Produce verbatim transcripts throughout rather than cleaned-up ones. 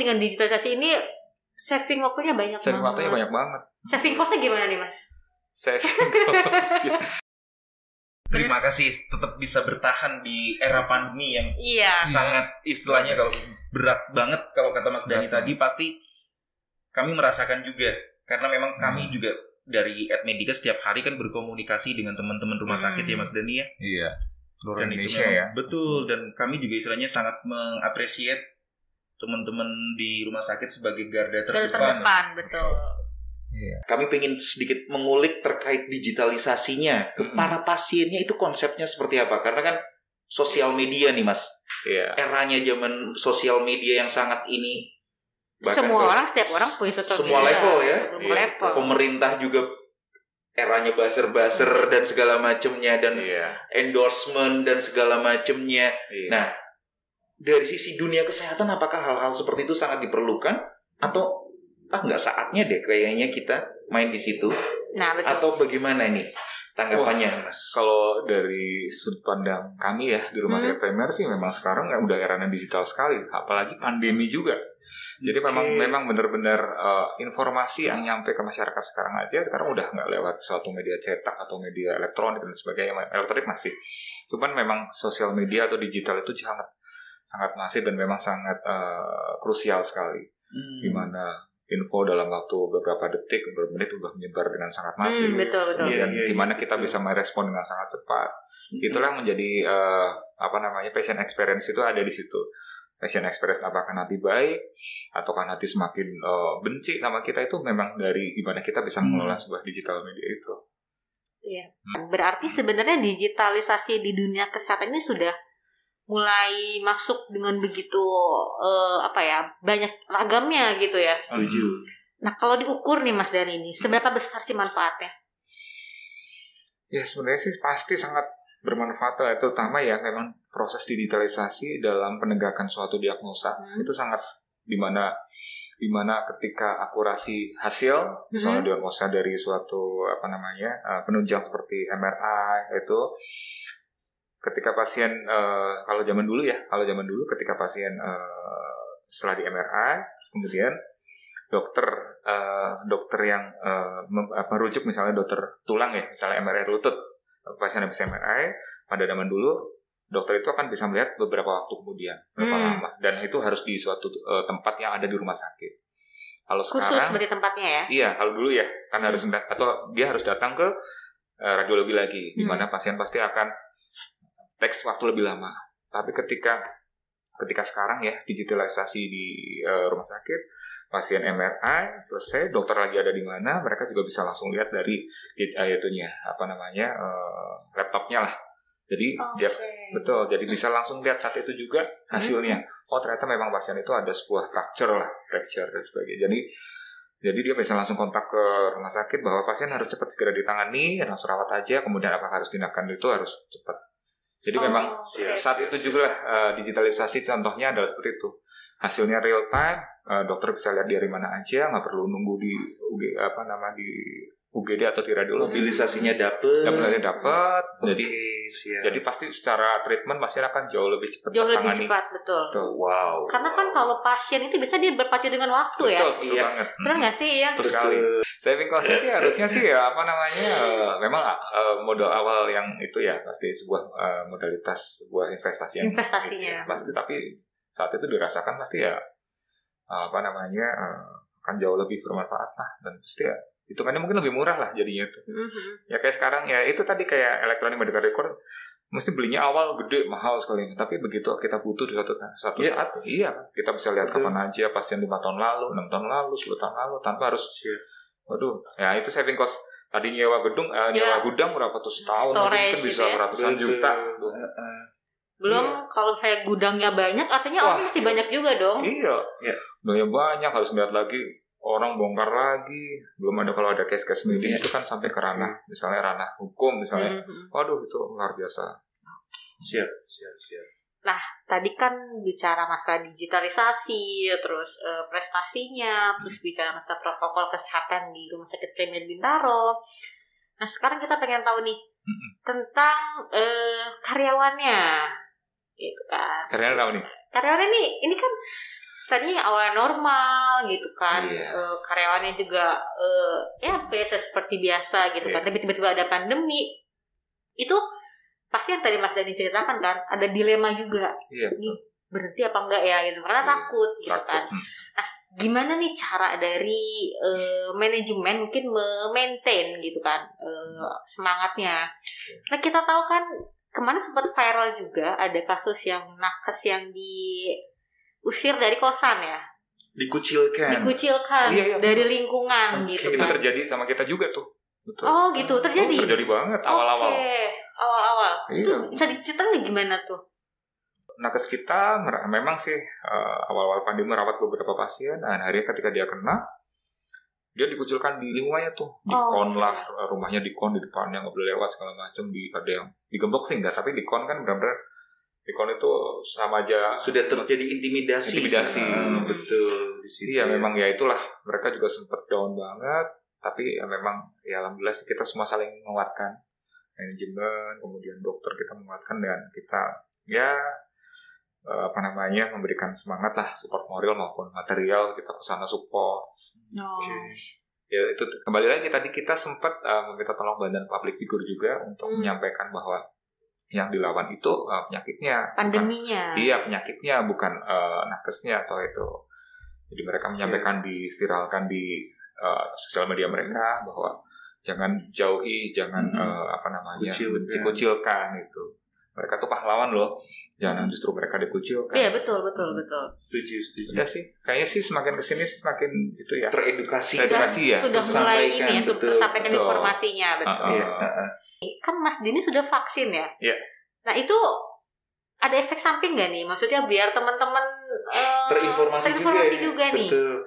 dengan digitalisasi ini saving waktunya banyak saving banget. waktunya banyak banget. Saving costnya gimana nih Mas? Saving cost. Terima kasih tetap bisa bertahan di era pandemi yang iya. sangat istilahnya kalau berat banget kalau kata Mas Dani tadi pasti kami merasakan juga karena memang kami hmm. juga dari Admedica setiap hari kan berkomunikasi dengan teman-teman rumah sakit hmm. ya Mas Dani ya. Iya. Seluruh dan Indonesia memang, ya. Betul dan kami juga istilahnya sangat mengapresiasi teman-teman di rumah sakit sebagai garda terdepan. Terdepan, betul. Iya. Kami pengen sedikit mengulik terkait digitalisasinya ke hmm. para pasiennya itu konsepnya seperti apa? Karena kan sosial media nih Mas. Iya. Eranya zaman sosial media yang sangat ini. Semua ke, orang, setiap orang punya sosial semua media. Level ya. Semua iya. level. Pemerintah juga eranya buzzer-buzzer hmm. dan segala macamnya dan iya. endorsement dan segala macamnya. Iya. Nah, dari sisi dunia kesehatan apakah hal-hal seperti itu sangat diperlukan atau ah nggak saatnya deh kayaknya kita main di situ. Nah, betul. Atau bagaimana ini tanggapannya, Mas? Kalau dari sudut pandang kami ya di rumah sakit hmm. Premier sih memang sekarang ya udah eranya digital sekali, apalagi pandemi juga. Jadi okay. memang memang benar-benar uh, informasi yang nyampe ke masyarakat sekarang aja sekarang udah nggak lewat suatu media cetak atau media elektronik dan sebagainya. Elektronik masih, cuman memang sosial media atau digital itu sangat sangat masif dan memang sangat uh, krusial sekali. Hmm. Di mana info dalam waktu beberapa detik, beberapa menit udah menyebar dengan sangat masif. Hmm, betul, betul. Dan yeah, yeah, gimana kita bisa merespon dengan sangat cepat. Hmm. Itulah yang menjadi uh, apa namanya patient experience itu ada di situ. Patient experience apakah nanti baik ataukah nanti semakin uh, benci sama kita itu memang dari gimana kita bisa mengelola hmm. sebuah digital media itu. Iya. Hmm. Berarti sebenarnya digitalisasi di dunia kesehatan ini sudah mulai masuk dengan begitu uh, apa ya banyak ragamnya gitu ya. Setuju. Nah kalau diukur nih Mas Dani ini seberapa besar sih manfaatnya? Ya sebenarnya sih pasti sangat bermanfaat lah, terutama ya memang proses digitalisasi dalam penegakan suatu diagnosa hmm. itu sangat dimana dimana ketika akurasi hasil misalnya hmm. diagnosa dari suatu apa namanya uh, penunjang seperti M R I itu ketika pasien uh, kalau zaman dulu ya kalau zaman dulu ketika pasien uh, setelah di M R I kemudian dokter uh, dokter yang uh, merujuk misalnya dokter tulang ya misalnya M R I lutut pasien habis M R I pada zaman dulu dokter itu akan bisa melihat beberapa waktu kemudian berapa hmm. lama dan itu harus di suatu uh, tempat yang ada di rumah sakit. Kalau khusus sekarang seperti tempatnya ya? Iya kalau dulu ya kan hmm. harus atau dia harus datang ke uh, radiologi lagi hmm. di mana pasien pasti akan teks waktu lebih lama. Tapi ketika ketika sekarang ya digitalisasi di uh, rumah sakit, pasien M R I selesai, dokter lagi ada di mana, mereka juga bisa langsung lihat dari uh, itunya apa namanya uh, laptopnya lah. Jadi okay. dia betul, jadi bisa langsung lihat saat itu juga hasilnya. Hmm. Oh ternyata memang pasien itu ada sebuah fracture lah, fracture dan sebagainya. Jadi jadi dia bisa langsung kontak ke rumah sakit bahwa pasien harus cepat segera ditangani, langsung rawat aja. Kemudian apakah harus tindakan itu harus cepat. Jadi oh, memang okay. saat itu juga uh, digitalisasi contohnya adalah seperti itu. Hasilnya real time, uh, dokter bisa lihat dari mana aja, nggak perlu nunggu di U G, apa nama di U G D atau di radiologi. Mobilisasinya dapat, dapatnya dapat. Okay, jadi siap. Jadi pasti secara treatment pasien akan jauh lebih cepat. Jauh lebih cepat, betul. betul. Wow. Karena kan kalau pasien itu bisa dia berpacu dengan waktu betul, ya. Betul, betul iya. banget. Benar nggak sih ya? Betul sekali. Saving cost sih harusnya sih ya apa namanya uh, memang uh, modal awal yang itu ya pasti sebuah uh, modalitas sebuah investasi yang investasinya ya, pasti tapi saat itu dirasakan pasti ya uh, apa namanya uh, akan jauh lebih bermanfaat lah dan pasti ya hitungannya mungkin lebih murah lah jadinya itu. Mm-hmm. Ya kayak sekarang ya itu tadi kayak electronic medical record mesti belinya awal gede mahal sekali, tapi begitu kita butuh di suatu suatu yeah. saat, iya kita bisa lihat Betul. kapan aja pasien lima tahun lalu, enam tahun lalu, sepuluh tahun lalu tanpa harus, yeah. waduh, ya itu saving cost. Tadi nyewa gedung, uh, nyewa yeah. gudang berapa tuh setahun, mungkin bisa ya. ratusan juta. Belum yeah. kalau saya gudangnya banyak, artinya Wah, orang masih iya. banyak juga dong. Iya, yeah. gudangnya banyak harus lihat lagi. Orang bongkar lagi, belum ada kalau ada case-case medis yeah. itu kan sampai ke ranah, misalnya ranah hukum misalnya, mm-hmm. waduh itu luar biasa. Siap, siap, siap. Nah, tadi kan bicara masalah digitalisasi, terus uh, prestasinya, hmm. terus bicara masalah protokol kesehatan di Rumah Sakit Premier Bintaro. Nah, sekarang kita pengen tahu nih hmm. tentang uh, karyawannya, gitu kan? Karyawan apa nih? Karyawan ini, ini kan tadi awalnya normal gitu kan, Iya. uh, karyawannya juga uh, ya biasa seperti biasa gitu Iya. kan, tapi tiba-tiba ada pandemi, itu pasti yang tadi Mas Dani ceritakan kan, ada dilema juga, Iya. ini berhenti apa enggak ya gitu, karena Iya. takut gitu Takut. kan. Hmm. Nah, gimana nih cara dari uh, manajemen mungkin memaintain gitu kan uh, semangatnya? Nah, kita tahu kan kemarin sempat viral juga ada kasus yang nakes yang diusir dari kosan ya, Dikucilkan. dikucilkan Iya, iya, dari betul. lingkungan Oke, gitu Itu kan. terjadi sama kita juga tuh. Betul. Oh gitu, terjadi. Oh, terjadi banget awal-awal. Oke, awal-awal. Iya. Itu bisa diceritain gimana tuh? Nakes kita mer- memang sih uh, awal-awal pandemi merawat beberapa pasien, dan akhirnya ketika dia kena, dia dikucilkan di lingkungannya tuh, dikon Oh. lah, rumahnya dikon di depannya nggak boleh lewat segala macam, di ada yang digembok sih enggak, tapi dikon kan benar-benar dikon itu sama aja Sudah terjadi intimidasi. Intimidasi. Ah, betul di situ. Iya memang ya itulah, mereka juga sempat down banget, tapi ya memang ya alhamdulillah sih kita semua saling menguatkan, manajemen kemudian dokter kita menguatkan, dan kita ya eh, apa namanya memberikan semangat lah, support moral maupun material, kita kesana support. Oh. Ya itu kembali lagi tadi kita sempat uh, meminta tolong badan public figure juga untuk Hmm. menyampaikan bahwa yang dilawan itu uh, penyakitnya, bukan- Pandeminya. iya penyakitnya bukan uh, nakesnya atau itu. Jadi mereka menyampaikan, diviralkan di uh, sosial media mereka bahwa jangan jauhi, jangan Hmm. uh, apa namanya Kucilkan. benci-kucilkan itu. Mereka tuh pahlawan loh, jangan justru mereka dikucilkan. Iya betul betul betul. Setuju, setuju. Ya sih, kayaknya sih semakin kesini semakin itu ya. Teredukasi. Teredukasi. ya, Sudah mulai tersampaikan, ini ya, betul, tersampaikan betul. informasinya betul. Uh-uh. Iya, ah, ah. Kan Mas Dini sudah vaksin ya? Iya. Nah itu ada efek samping nggak nih? Maksudnya biar teman-teman uh, Terinformasi, terinformasi juga, juga, ya. nih. Betul.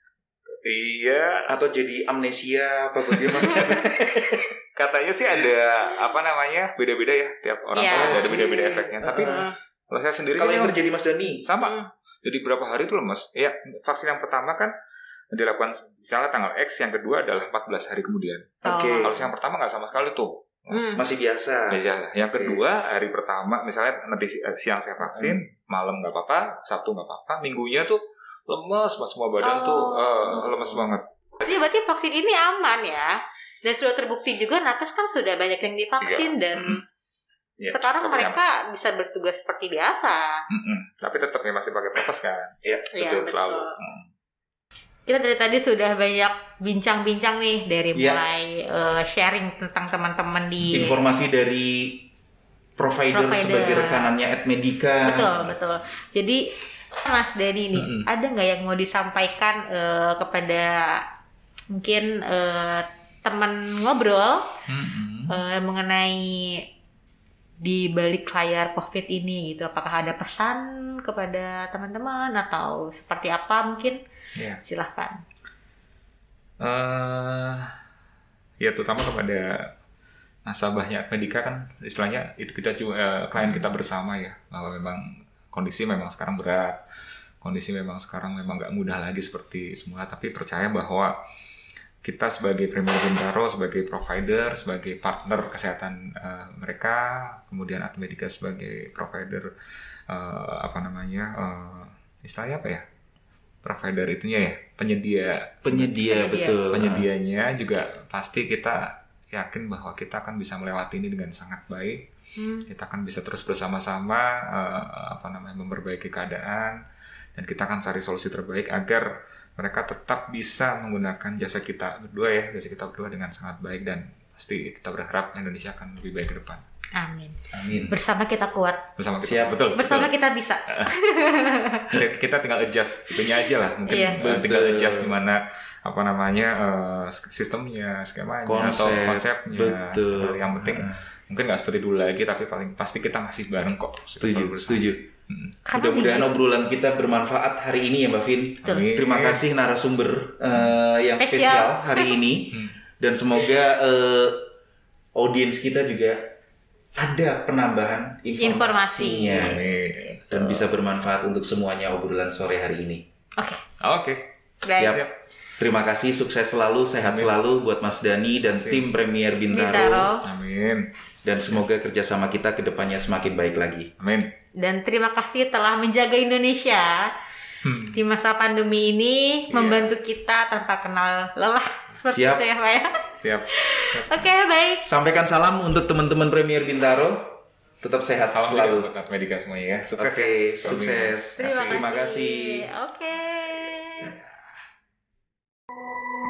Iya, Atau jadi amnesia apa bagaimana? katanya sih ada apa namanya beda-beda ya, tiap orang Iya. tuh ada Oke. beda-beda efeknya. Tapi Uh-uh. kalau saya sendiri Kalau sih yang memang terjadi Mas Dani, sama. Hmm. Jadi berapa hari itu lemes. Ya, vaksin yang pertama kan dilakukan misalnya tanggal X, yang kedua adalah empat belas hari kemudian. Oke. Oh. Kalau yang pertama nggak sama sekali tuh. Hmm. masih biasa. Biasa. Yang kedua hari pertama misalnya nanti si- eh, siang saya vaksin, malam nggak apa-apa, Sabtu nggak apa-apa, minggunya tuh lemes, mas semua badan Oh. tuh eh, lemes banget. Jadi berarti vaksin ini aman ya? Dan sudah terbukti juga nakes kan sudah banyak yang divaksin dan Mm-mm. Iya, sekarang tapi mereka bisa bertugas seperti biasa. Mm-mm. Tapi tetap ya masih pakai prokes kan? Iya, Iya, betul, betul. selalu. Mm. Kita dari tadi sudah banyak bincang-bincang nih dari Iya. mulai eh, sharing tentang teman-teman di Informasi dari provider, Provider. sebagai rekanannya Edmedica. betul betul. Jadi Mas Dani nih, Mm-mm. ada nggak yang mau disampaikan eh, kepada mungkin eh, teman ngobrol Mm-mm. eh, mengenai di balik layar COVID ini gitu? Apakah ada pesan kepada teman-teman atau seperti apa mungkin? Iya. Silahkan. Eh, ya terutama kepada nasabahnya Edmedica kan istilahnya itu kita juga eh, klien kita bersama ya, bahwa memang kondisi memang sekarang berat, kondisi memang sekarang memang nggak mudah lagi seperti semula, tapi percaya bahwa kita sebagai Premier Bintaro, sebagai provider, sebagai partner kesehatan eh, mereka, kemudian Edmedica sebagai provider eh, apa namanya eh, istilahnya apa ya, provider itunya ya, penyedia Penyedia, Penyedia. betul. penyedianya juga pasti kita yakin bahwa kita akan bisa melewati ini dengan sangat baik. Hmm. Kita akan bisa terus bersama-sama eh, apa namanya memperbaiki keadaan, dan kita akan cari solusi terbaik agar mereka tetap bisa menggunakan jasa kita berdua ya, jasa kita berdua dengan sangat baik, dan pasti kita berharap Indonesia akan lebih baik ke depan. Amin. Amin. Bersama kita kuat. Bersama kita. Siap. Betul. Bersama betul. kita bisa. kita, kita tinggal adjust itunya aja lah, mungkin Iya. eh, tinggal Betul. adjust gimana apa namanya eh, sistemnya, skemanya Konsep, atau konsepnya. betul. Yang penting mungkin nggak seperti dulu lagi, tapi paling pasti kita masih bareng kok. Kita Setuju, selalu bersama. setuju. Mm. Karena Mudah-mudahan di- obrolan kita bermanfaat hari ini ya Mbak Vin. Betul. Amin. Terima kasih narasumber eh, yang Spesial. spesial hari ini. Hmm. Dan semoga eh, audiens kita juga ada penambahan informasinya. Amin. Dan bisa bermanfaat untuk semuanya obrolan sore hari ini. Oke. Oke. Baik. Siap. Terima kasih, sukses selalu, sehat Amin. selalu buat Mas Dani dan Terima kasih. tim Premier Bintaro. Bintaro. Amin. Dan semoga kerjasama kita ke depannya semakin baik lagi. Amin. Dan terima kasih telah menjaga Indonesia Hmm. di masa pandemi ini Iya. membantu kita tanpa kenal lelah seperti Siap. itu ya Pak ya. Siap. Oke, baik. Sampaikan salam untuk teman-teman Premier Bintaro. Tetap sehat Salam selalu. juga buat Medika semuanya ya. Sukses Oke, ya. sukses. Terima kasih. Terima kasih. Oke.